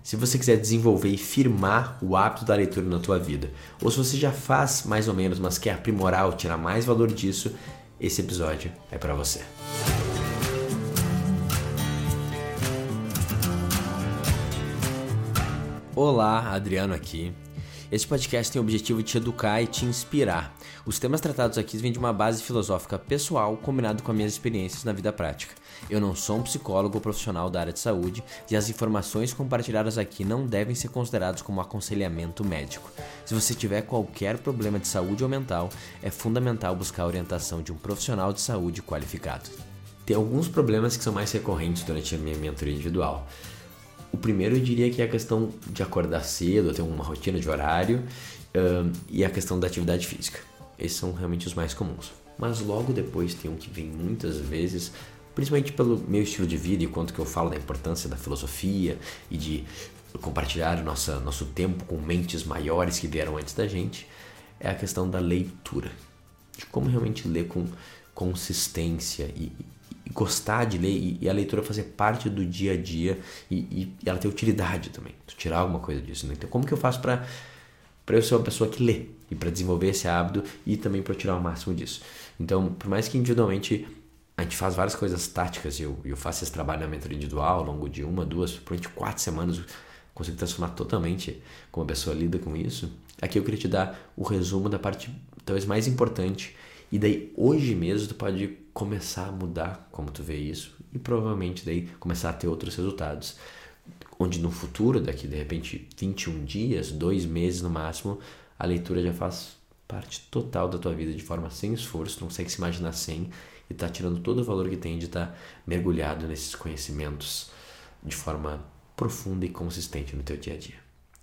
Se você quiser desenvolver e firmar o hábito da leitura na tua vida, ou se você já faz mais ou menos, mas quer aprimorar ou tirar mais valor disso, esse episódio é para você. Olá, Adriano aqui. Este podcast tem o objetivo de te educar e te inspirar. Os temas tratados aqui vêm de uma base filosófica pessoal combinado com as minhas experiências na vida prática. Eu não sou um psicólogo ou profissional da área de saúde e as informações compartilhadas aqui não devem ser consideradas como aconselhamento médico. Se você tiver qualquer problema de saúde ou mental, é fundamental buscar a orientação de um profissional de saúde qualificado. Tem alguns problemas que são mais recorrentes durante a minha mentoria individual. O primeiro eu diria que é a questão de acordar cedo, ter uma rotina de horário e a questão da atividade física. Esses são realmente os mais comuns. Mas logo depois tem um que vem muitas vezes, principalmente pelo meu estilo de vida e quanto que eu falo da importância da filosofia e de compartilhar nosso tempo com mentes maiores que vieram antes da gente, é a questão da leitura. De como realmente ler com consistência e gostar de ler e a leitura fazer parte do dia a dia e ela ter utilidade também, tu tirar alguma coisa disso, né? Então como que eu faço para eu ser uma pessoa que lê e para desenvolver esse hábito e também para eu tirar o máximo disso? Então, por mais que individualmente a gente faz várias coisas táticas e eu faço esse trabalho na mentoria individual ao longo de 1, 2, provavelmente 4 semanas eu consigo transformar totalmente como a pessoa lida com isso. Aqui eu queria te dar o resumo da parte talvez mais importante. E daí, hoje mesmo, tu pode começar a mudar como tu vê isso e provavelmente daí começar a ter outros resultados. Onde no futuro, daqui de repente 21 dias, 2 meses no máximo, a leitura já faz parte total da tua vida de forma sem esforço, tu não consegue se imaginar sem e tá tirando todo o valor que tem de estar mergulhado nesses conhecimentos de forma profunda e consistente no teu dia a dia.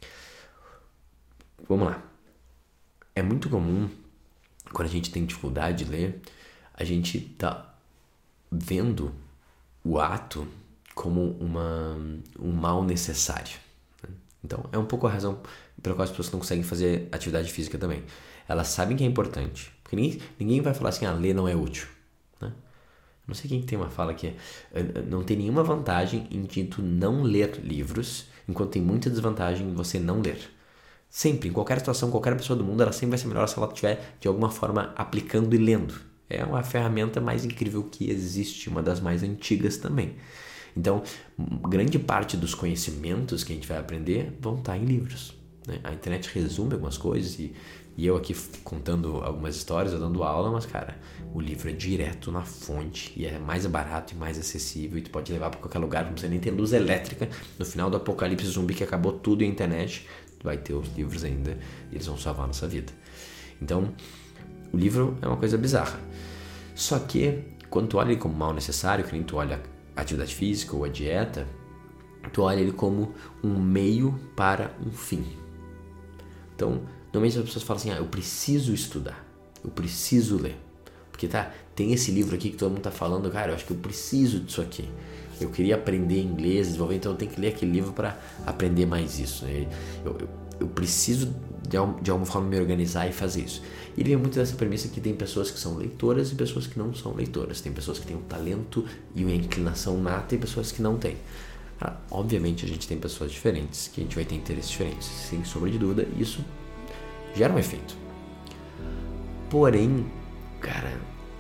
Vamos lá. É muito comum quando a gente tem dificuldade de ler, a gente tá vendo o ato como um mal necessário. Né? Então, é um pouco a razão pela qual as pessoas não conseguem fazer atividade física também. Elas sabem que é importante, porque ninguém vai falar assim, ler não é útil. Né? Não sei quem tem uma fala que não tem nenhuma vantagem em tu não ler livros, enquanto tem muita desvantagem em você não ler. Sempre, em qualquer situação, qualquer pessoa do mundo, ela sempre vai ser melhor se ela estiver, de alguma forma, aplicando e lendo. É uma ferramenta mais incrível que existe, uma das mais antigas também. Então, grande parte dos conhecimentos que a gente vai aprender vão estar em livros. Né? A internet resume algumas coisas e eu aqui contando algumas histórias, eu dando aula, mas, cara, o livro é direto na fonte e é mais barato e mais acessível e tu pode levar para qualquer lugar, não precisa nem ter luz elétrica. No final do apocalipse zumbi que acabou tudo e a internet, vai ter os livros ainda e eles vão salvar a nossa vida. Então, o livro é uma coisa bizarra. Só que, quando tu olha ele como mal necessário, que nem tu olha a atividade física ou a dieta, tu olha ele como um meio para um fim. Então, normalmente as pessoas falam assim, eu preciso estudar, eu preciso ler. Porque tem esse livro aqui que todo mundo tá falando, cara, eu acho que eu preciso disso aqui. Eu queria aprender inglês, desenvolver, então eu tenho que ler aquele livro para aprender mais isso. Eu preciso de alguma forma me organizar e fazer isso. E ele vem muito dessa premissa que tem pessoas que são leitoras e pessoas que não são leitoras. Tem pessoas que têm um talento e uma inclinação nata e pessoas que não têm. Obviamente a gente tem pessoas diferentes, que a gente vai ter interesses diferentes, sem sombra de dúvida, e isso gera um efeito. Porém, cara,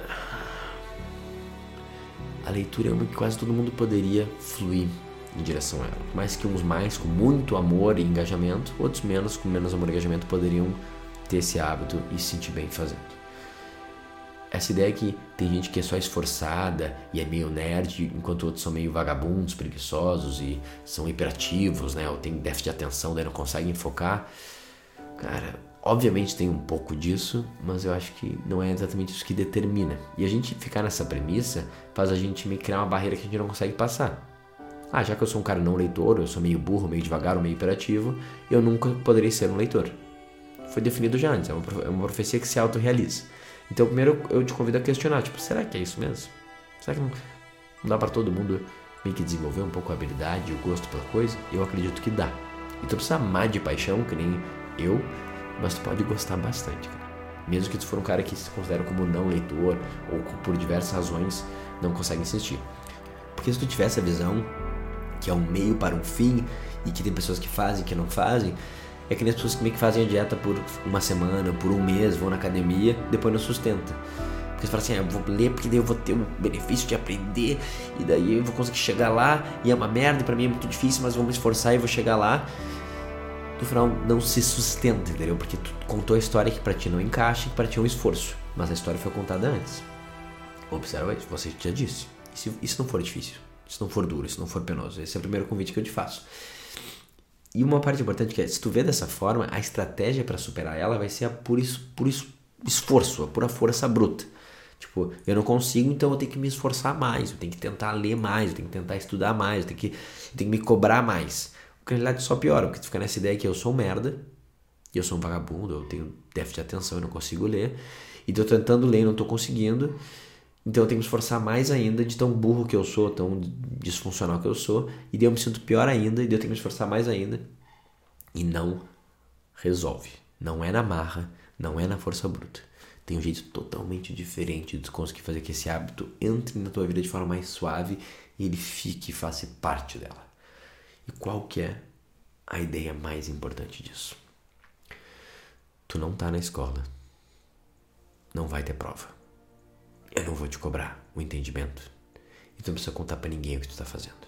a leitura é uma que quase todo mundo poderia fluir em direção a ela. Mas que uns mais com muito amor e engajamento, outros menos com menos amor e engajamento poderiam ter esse hábito e se sentir bem fazendo. Essa ideia que tem gente que é só esforçada e é meio nerd, enquanto outros são meio vagabundos, preguiçosos e são hiperativos, né? Ou tem déficit de atenção, daí não conseguem focar. Cara, obviamente tem um pouco disso, mas eu acho que não é exatamente isso que determina. E a gente ficar nessa premissa faz a gente meio criar uma barreira que a gente não consegue passar. Já que eu sou um cara não leitor, eu sou meio burro, meio devagar ou meio hiperativo, eu nunca poderei ser um leitor. Foi definido já antes, é uma profecia que se autorrealiza. Então primeiro eu te convido a questionar, será que é isso mesmo? Será que não dá pra todo mundo meio que desenvolver um pouco a habilidade e o gosto pela coisa? Eu acredito que dá. E tu precisa amar de paixão, que nem eu, mas tu pode gostar bastante, cara. Mesmo que tu for um cara que se considera como não leitor ou por diversas razões não consegue insistir. Porque se tu tiver essa visão que é um meio para um fim e que tem pessoas que fazem e que não fazem, é que nem as pessoas que meio que fazem a dieta por uma semana, por um mês, vão na academia, depois não sustenta. Porque você fala assim, eu vou ler porque daí eu vou ter o benefício de aprender, e daí eu vou conseguir chegar lá, e é uma merda, e pra mim é muito difícil, mas vou me esforçar e vou chegar lá. No final não se sustenta, entendeu? Porque tu contou a história que pra ti não encaixa, que pra ti é um esforço, mas a história foi contada antes. Observa isso, você já disse. E se não for difícil? Se não for duro, se não for penoso? Esse é o primeiro convite que eu te faço. E uma parte importante que é, se tu vê dessa forma, a estratégia para superar ela vai ser a puro esforço, a pura força bruta. Tipo, eu não consigo, então eu tenho que me esforçar mais, eu tenho que tentar ler mais, eu tenho que tentar estudar mais, eu tenho que me cobrar mais. O que na realidade só piora, porque tu fica nessa ideia que eu sou um merda, eu sou um vagabundo, eu tenho déficit de atenção, eu não consigo ler, e tô tentando ler e não tô conseguindo, então eu tenho que me esforçar mais ainda, de tão burro que eu sou, tão disfuncional que eu sou, e daí eu me sinto pior ainda, e daí eu tenho que me esforçar mais ainda, e não resolve. Não é na marra, não é na força bruta. Tem um jeito totalmente diferente de conseguir fazer que esse hábito entre na tua vida de forma mais suave e ele fique e faça parte dela. E qual que é a ideia mais importante disso? Tu não tá na escola. Não vai ter prova. Eu não vou te cobrar o entendimento. E tu não precisa contar pra ninguém o que tu tá fazendo.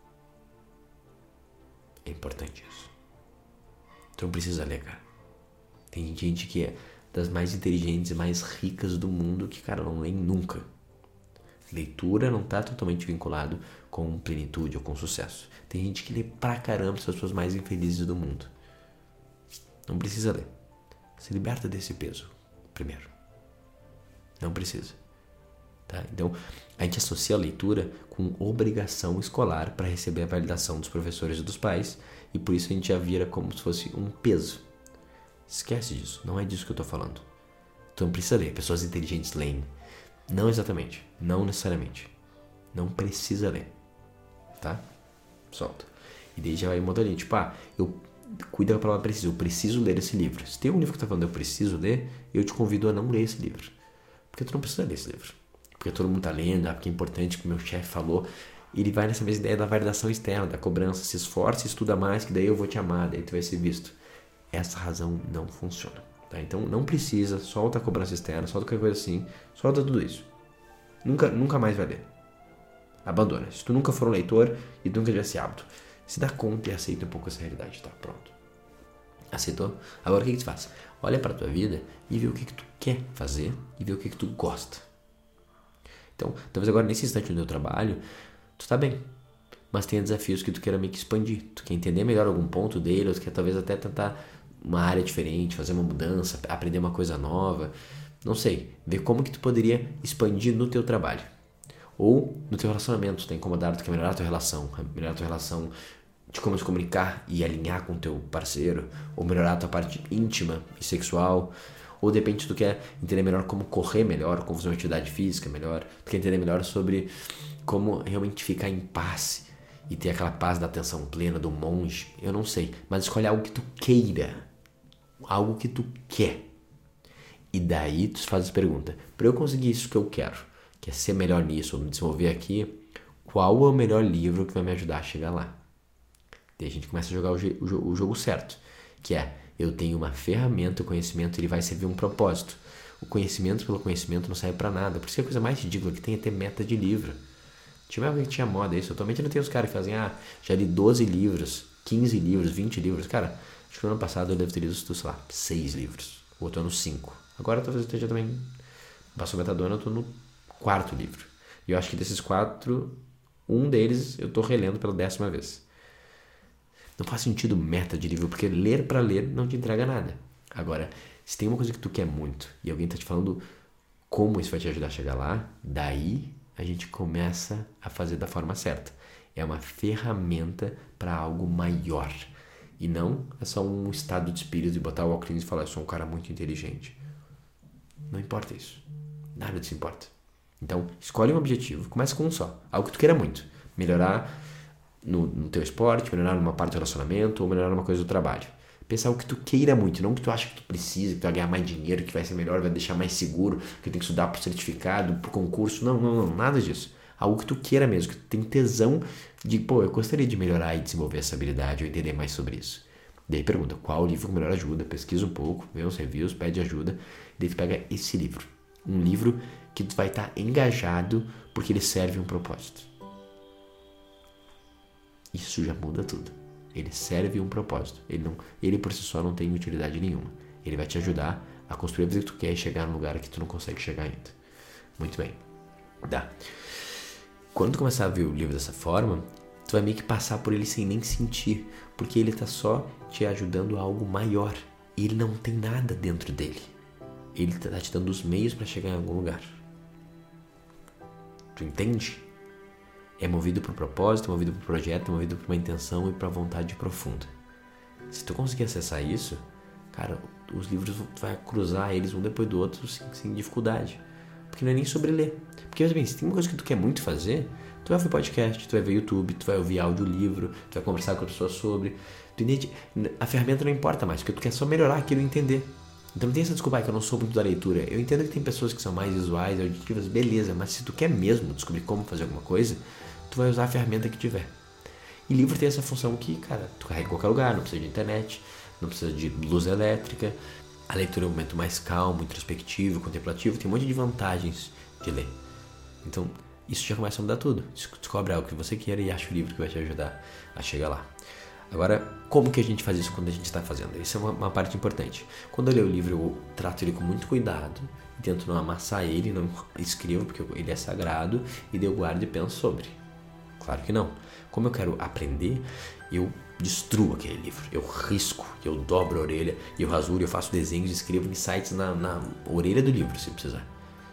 É importante isso. Tu não precisa ler, cara. Tem gente que é das mais inteligentes e mais ricas do mundo que, cara, não lê nunca. Leitura não tá totalmente vinculado com plenitude ou com sucesso. Tem gente que lê pra caramba, são as pessoas mais infelizes do mundo. Não precisa ler. Se liberta desse peso, primeiro. Não precisa. Tá? Então, a gente associa a leitura com obrigação escolar para receber a validação dos professores e dos pais, e por isso a gente já vira como se fosse um peso. Esquece disso, não é disso que eu tô falando. Tu não precisa ler, pessoas inteligentes leem. Não exatamente, não necessariamente. Não precisa ler, tá? Solta. E daí já vai mudando ali, tipo, eu cuido da palavra preciso, eu preciso ler esse livro. Se tem um livro que tá falando eu preciso ler, eu te convido a não ler esse livro. Porque tu não precisa ler esse livro. Porque todo mundo tá lendo, porque é importante, que o meu chefe falou. Ele vai nessa mesma ideia da validação externa, da cobrança. Se esforça, estuda mais, que daí eu vou te amar, daí tu vai ser visto. Essa razão não funciona. Tá? Então não precisa, solta a cobrança externa, solta qualquer coisa assim, solta tudo isso. Nunca mais vai ler. Abandona. Se tu nunca for um leitor e tu nunca tiver esse hábito, se dá conta e aceita um pouco essa realidade, tá? Pronto. Aceitou? Agora o que tu faz? Olha pra tua vida e vê o que tu quer fazer e vê o que tu gosta. Então, talvez agora nesse instante no teu trabalho, tu tá bem, mas tenha desafios que tu queira meio que expandir. Tu quer entender melhor algum ponto dele, ou tu quer talvez até tentar uma área diferente, fazer uma mudança, aprender uma coisa nova, não sei, ver como que tu poderia expandir no teu trabalho. Ou no teu relacionamento, tu tá incomodado, tu quer melhorar a tua relação de como se comunicar e alinhar com o teu parceiro, ou melhorar a tua parte íntima e sexual, ou de repente tu quer entender melhor como correr melhor, como fazer uma atividade física melhor, tu quer entender melhor sobre como realmente ficar em paz e ter aquela paz da atenção plena do monge, eu não sei, mas escolhe algo que tu queira, algo que tu quer. E daí tu faz a pergunta, para eu conseguir isso que eu quero, que é ser melhor nisso, ou me desenvolver aqui, qual é o melhor livro que vai me ajudar a chegar lá? Daí a gente começa a jogar o jogo certo, que é, eu tenho uma ferramenta, o conhecimento ele vai servir um propósito. O conhecimento pelo conhecimento não serve pra nada, por isso que a coisa mais ridícula que tem é ter meta de livro. Tinha uma época que tinha moda isso, atualmente não tem os caras que fazem, já li 12 livros, 15 livros, 20 livros, cara, acho que no ano passado eu devo ter lido, sei lá, 6 livros, o outro ano 5. Agora talvez eu esteja também, passou metade do ano, eu tô no 4º livro. E eu acho que desses 4, um deles eu tô relendo pela 10ª vez. Não faz sentido meta de livro, porque ler pra ler não te entrega nada. Agora, se tem uma coisa que tu quer muito e alguém tá te falando como isso vai te ajudar a chegar lá, daí a gente começa a fazer da forma certa. É uma ferramenta para algo maior. E não é só um estado de espírito de botar o óculos e falar, eu sou um cara muito inteligente. Não importa isso. Nada disso importa. Então, escolhe um objetivo. Começa com um só. Algo que tu queira muito. Melhorar no teu esporte, melhorar numa parte do relacionamento ou melhorar numa coisa do trabalho. Pensa algo que tu queira muito, não que tu acha que tu precisa, que tu vai ganhar mais dinheiro, que vai ser melhor, vai deixar mais seguro, que tu tem que estudar pro certificado, pro concurso. Não, nada disso. Algo que tu queira mesmo, que tu tem tesão de, pô, eu gostaria de melhorar e desenvolver essa habilidade, ou entender mais sobre isso. Daí pergunta, qual o livro que melhor ajuda? Pesquisa um pouco, vê uns reviews, pede ajuda. Daí tu pega esse livro. Um livro que tu vai estar engajado porque ele serve um propósito. Isso já muda tudo. Ele serve um propósito. Ele por si só não tem utilidade nenhuma. Ele vai te ajudar a construir a vida que tu quer e chegar num lugar que tu não consegue chegar ainda. Muito bem. Quando tu começar a ver o livro dessa forma, tu vai meio que passar por ele sem nem sentir, porque ele tá só te ajudando a algo maior. E ele não tem nada dentro dele. Ele tá te dando os meios para chegar em algum lugar. Tu entende? É movido por propósito, é movido por projeto, é movido por uma intenção e por uma vontade profunda. Se tu conseguir acessar isso, cara, os livros tu vai cruzar eles um depois do outro sem dificuldade. Porque não é nem sobre ler. Porque, veja bem, se tem uma coisa que tu quer muito fazer, tu vai ouvir podcast, tu vai ver YouTube, tu vai ouvir audiolivro, tu vai conversar com a pessoa sobre. Tu entende? A ferramenta não importa mais, porque tu quer só melhorar aquilo e entender. Então não tem essa desculpa que eu não sou muito da leitura. Eu entendo que tem pessoas que são mais visuais, auditivas, beleza, mas se tu quer mesmo descobrir como fazer alguma coisa, tu vai usar a ferramenta que tiver. E livro tem essa função que, cara, tu carrega em qualquer lugar, não precisa de internet, não precisa de luz elétrica. A leitura é um momento mais calmo, introspectivo, contemplativo, tem um monte de vantagens de ler. Então, isso já começa a mudar tudo. Descobre algo que você queira e acha o livro que vai te ajudar a chegar lá. Agora, como que a gente faz isso quando a gente está fazendo? Isso é uma parte importante. Quando eu leio o livro, eu trato ele com muito cuidado, tento não amassar ele, não escrevo, porque ele é sagrado, e daí eu guardo e penso sobre. Claro que não. Como eu quero aprender, eu destruo aquele livro. Eu risco, eu dobro a orelha, eu rasuro, eu faço desenhos, escrevo insights na orelha do livro, se precisar.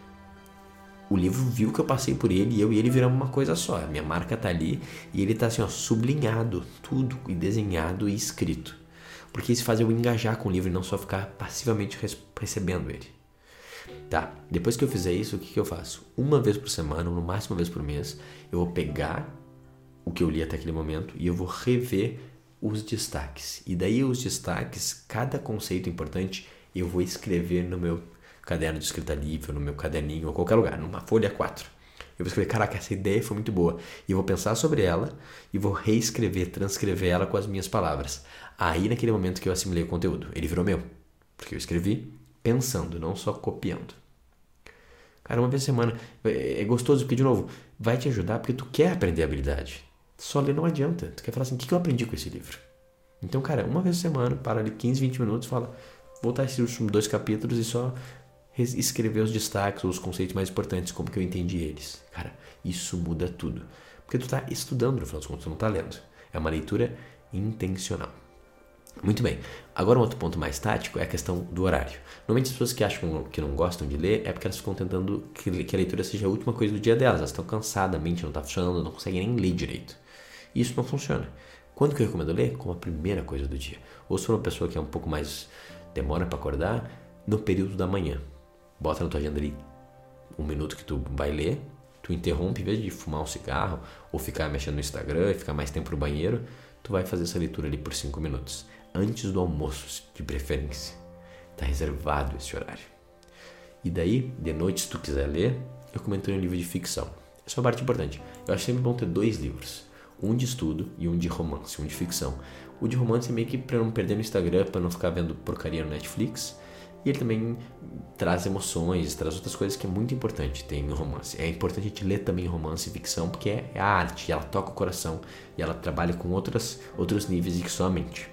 O livro viu que eu passei por ele e eu e ele viramos uma coisa só. A minha marca tá ali e ele tá assim, ó, sublinhado, tudo, e desenhado e escrito. Porque isso faz eu engajar com o livro e não só ficar passivamente recebendo ele. Tá, depois que eu fizer isso, o que eu faço? Uma vez por semana, ou no máximo uma vez por mês, eu vou pegar o que eu li até aquele momento e eu vou rever os destaques. E daí os destaques, cada conceito importante, eu vou escrever no meu caderno de escrita livre, no meu caderninho, ou qualquer lugar, numa folha 4. Eu vou escrever, caraca, essa ideia foi muito boa. E eu vou pensar sobre ela e vou reescrever, transcrever ela com as minhas palavras. Aí, naquele momento que eu assimilei o conteúdo, ele virou meu. Porque eu escrevi pensando, não só copiando. Cara, uma vez por semana, é gostoso, porque, de novo, vai te ajudar porque tu quer aprender a habilidade. Só ler não adianta. Tu quer falar assim, o que eu aprendi com esse livro? Então, cara, uma vez por semana, para ali 15, 20 minutos, fala, vou voltar esses últimos 2 capítulos e só escrever os destaques ou os conceitos mais importantes, como que eu entendi eles. Cara, isso muda tudo. Porque tu tá estudando, no final das contas, tu não tá lendo. É uma leitura intencional. Muito bem. Agora um outro ponto mais tático é a questão do horário. Normalmente as pessoas que acham que não gostam de ler é porque elas ficam tentando que a leitura seja a última coisa do dia delas. Elas estão cansadas, a mente não está funcionando, não conseguem nem ler direito. E isso não funciona. Quando que eu recomendo ler? Como a primeira coisa do dia. Ou se for uma pessoa que é um pouco mais demora para acordar, no período da manhã. Bota na tua agenda ali 1 minuto que tu vai ler, tu interrompe, em vez de fumar um cigarro ou ficar mexendo no Instagram e ficar mais tempo no banheiro, tu vai fazer essa leitura ali por 5 minutos. Antes do almoço, de preferência. Está reservado esse horário. E daí, de noite, se tu quiser ler, eu comento um livro de ficção. Essa é uma parte importante. Eu acho sempre bom ter 2 livros. Um de estudo e um de romance, um de ficção. O de romance é meio que para não perder no Instagram, para não ficar vendo porcaria no Netflix. E ele também traz emoções, traz outras coisas que é muito importante ter em romance. É importante a gente ler também romance e ficção, porque é a arte, ela toca o coração e ela trabalha com outros níveis que só a mente.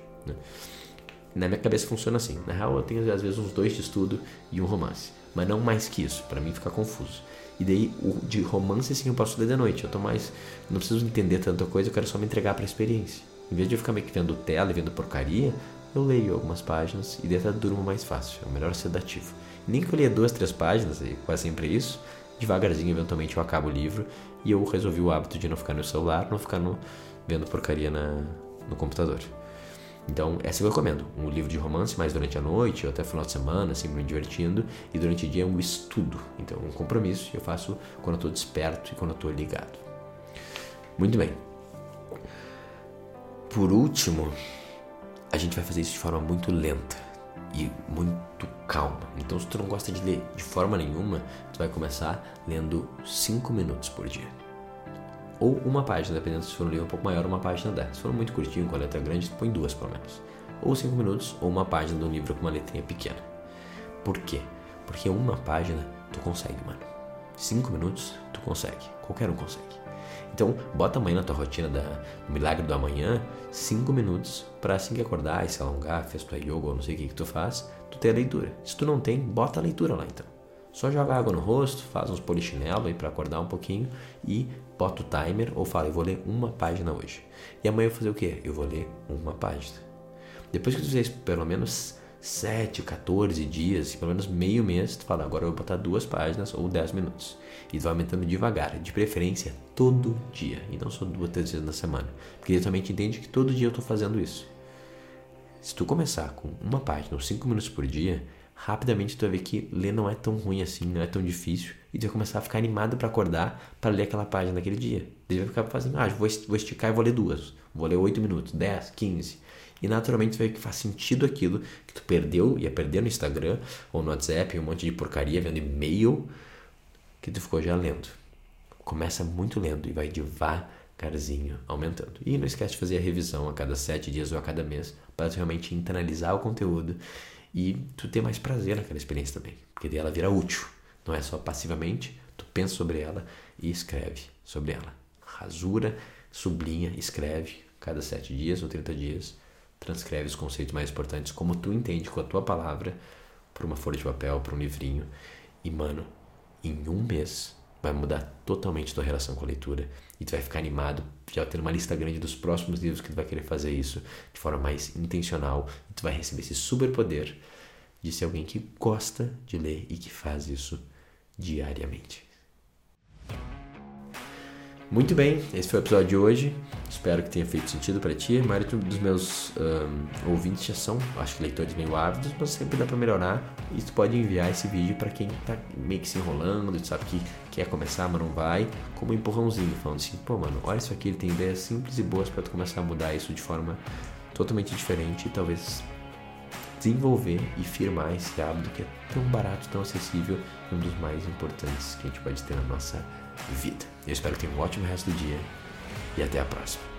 Na minha cabeça funciona assim. Na real eu tenho às vezes uns 2 de estudo e um romance, mas não mais que isso, pra mim fica confuso. E daí o de romance sim eu posso ler de noite. Eu tô mais, não preciso entender tanta coisa, eu quero só me entregar pra experiência. Em vez de eu ficar meio que vendo tela e vendo porcaria, eu leio algumas páginas e daí até durmo mais fácil. É o melhor sedativo. Nem que eu leia 2, 3 páginas, e quase sempre é isso, devagarzinho eventualmente eu acabo o livro e eu resolvi o hábito de não ficar no celular, não ficar vendo porcaria no computador. Então, essa eu recomendo. Um livro de romance mais durante a noite ou até final de semana, assim, me divertindo. E durante o dia é um estudo. Então, um compromisso que eu faço quando eu estou desperto e quando eu estou ligado. Muito bem. Por último, a gente vai fazer isso de forma muito lenta e muito calma. Então, se tu não gosta de ler de forma nenhuma, tu vai começar lendo 5 minutos por dia. Ou uma página, dependendo se for um livro um pouco maior, uma página dá. Se for muito curtinho, com a letra grande, tu põe 2 pelo menos. Ou 5 minutos, ou uma página de um livro com uma letrinha pequena. Por quê? Porque uma página tu consegue, mano. 5 minutos tu consegue. Qualquer um consegue. Então, bota amanhã na tua rotina do Milagre do Amanhã, 5 minutos para assim que acordar e se alongar, fez tua yoga ou não sei o que tu faz, tu ter a leitura. Se tu não tem, bota a leitura lá então. Só joga água no rosto, faz uns polichinelo aí para acordar um pouquinho e bota o timer ou fala, eu vou ler uma página hoje. E amanhã eu vou fazer o quê? Eu vou ler uma página. Depois que tu fizer isso pelo menos 7, 14 dias, pelo menos meio mês, tu fala, agora eu vou botar 2 páginas ou 10 minutos. E tu vai aumentando devagar, de preferência todo dia. E não só 2, 3 vezes na semana. Porque tu também entende que todo dia eu tô fazendo isso. Se tu começar com uma página ou 5 minutos por dia, rapidamente tu vai ver que ler não é tão ruim assim, não é tão difícil. E tu vai começar a ficar animado para acordar para ler aquela página naquele dia. Daí vai ficar fazendo, vou esticar e vou ler 2. Vou ler 8 minutos, 10, 15. E naturalmente tu vai ver que faz sentido aquilo que tu perdeu, ia perder no Instagram ou no WhatsApp, um monte de porcaria, vendo e-mail, que tu ficou já lendo. Começa muito lendo e vai devagarzinho aumentando. E não esquece de fazer a revisão a cada 7 dias ou a cada mês, para tu realmente internalizar o conteúdo e tu ter mais prazer naquela experiência também. Porque daí ela vira útil. Não é só passivamente, tu pensa sobre ela e escreve sobre ela. Rasura, sublinha, escreve cada 7 dias ou 30 dias. Transcreve os conceitos mais importantes como tu entende com a tua palavra para uma folha de papel, para um livrinho. E, mano, em um mês vai mudar totalmente a tua relação com a leitura e tu vai ficar animado, já ter uma lista grande dos próximos livros que tu vai querer fazer isso de forma mais intencional e tu vai receber esse superpoder de ser alguém que gosta de ler e que faz isso diariamente. Muito bem, esse foi o episódio de hoje. Espero que tenha feito sentido para ti. A maioria dos meus ouvintes já são, acho que leitores meio ávidos, mas sempre dá para melhorar. E tu pode enviar esse vídeo para quem tá meio que se enrolando, tu sabe que quer começar, mas não vai, como um empurrãozinho, falando assim, pô, mano, olha isso aqui, ele tem ideias simples e boas para tu começar a mudar isso de forma totalmente diferente e talvez desenvolver e firmar esse hábito que é tão barato, tão acessível e um dos mais importantes que a gente pode ter na nossa vida. Eu espero que tenha um ótimo resto do dia e até a próxima.